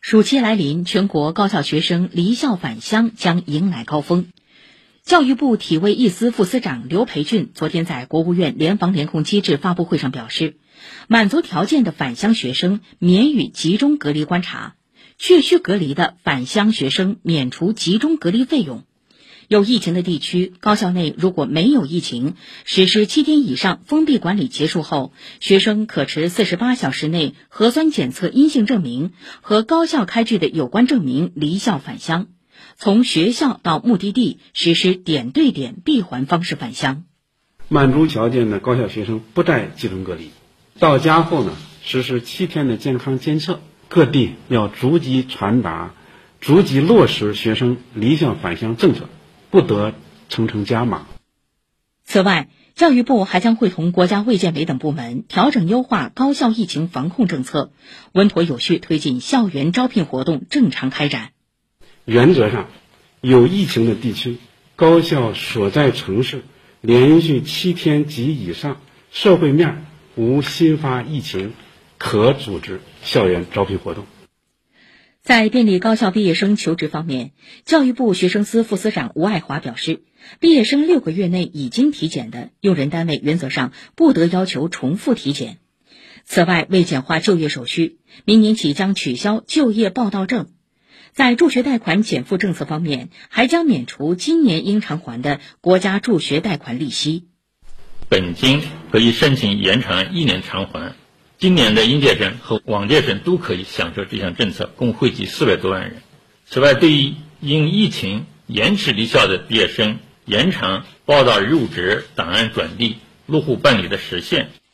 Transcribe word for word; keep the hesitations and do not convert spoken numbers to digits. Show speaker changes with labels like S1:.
S1: 暑期来临，全国高校学生离校返乡将迎来高峰。教育部体卫一司副司长刘培俊昨天在国务院联防联控机制发布会上表示，满足条件的返乡学生免予集中隔离观察，确需隔离的返乡学生免除集中隔离费用。有疫情的地区，高校内如果没有疫情，实施七天以上封闭管理结束后，学生可持四十八小时内核酸检测阴性证明和高校开具的有关证明离校返乡，从学校到目的地实施点对点闭环方式返乡。
S2: 满足条件的高校学生不再集中隔离，到家后呢，实施七天的健康监测，各地要逐级传达、逐级落实学生离校返乡政策，不得层层加码。
S1: 此外，教育部还将会同国家卫健委等部门调整优化高校疫情防控政策，稳妥有序推进校园招聘活动正常开展。
S2: 原则上，有疫情的地区，高校所在城市连续七天及以上社会面无新发疫情，可组织校园招聘活动。
S1: 在便利高校毕业生求职方面，教育部学生司副司长吴爱华表示，毕业生六个月内已经体检的，用人单位原则上不得要求重复体检。此外，为简化就业手续，明年起将取消就业报到证。在助学贷款减负政策方面，还将免除今年应偿还的国家助学贷款利息。
S3: 本金可以申请延长一年偿还。今年的应届生和往届生都可以享受这项政策，共惠及四百多万人。此外，对于因疫情延迟离校的毕业生，延长报到入职、档案转递、落户办理的时限。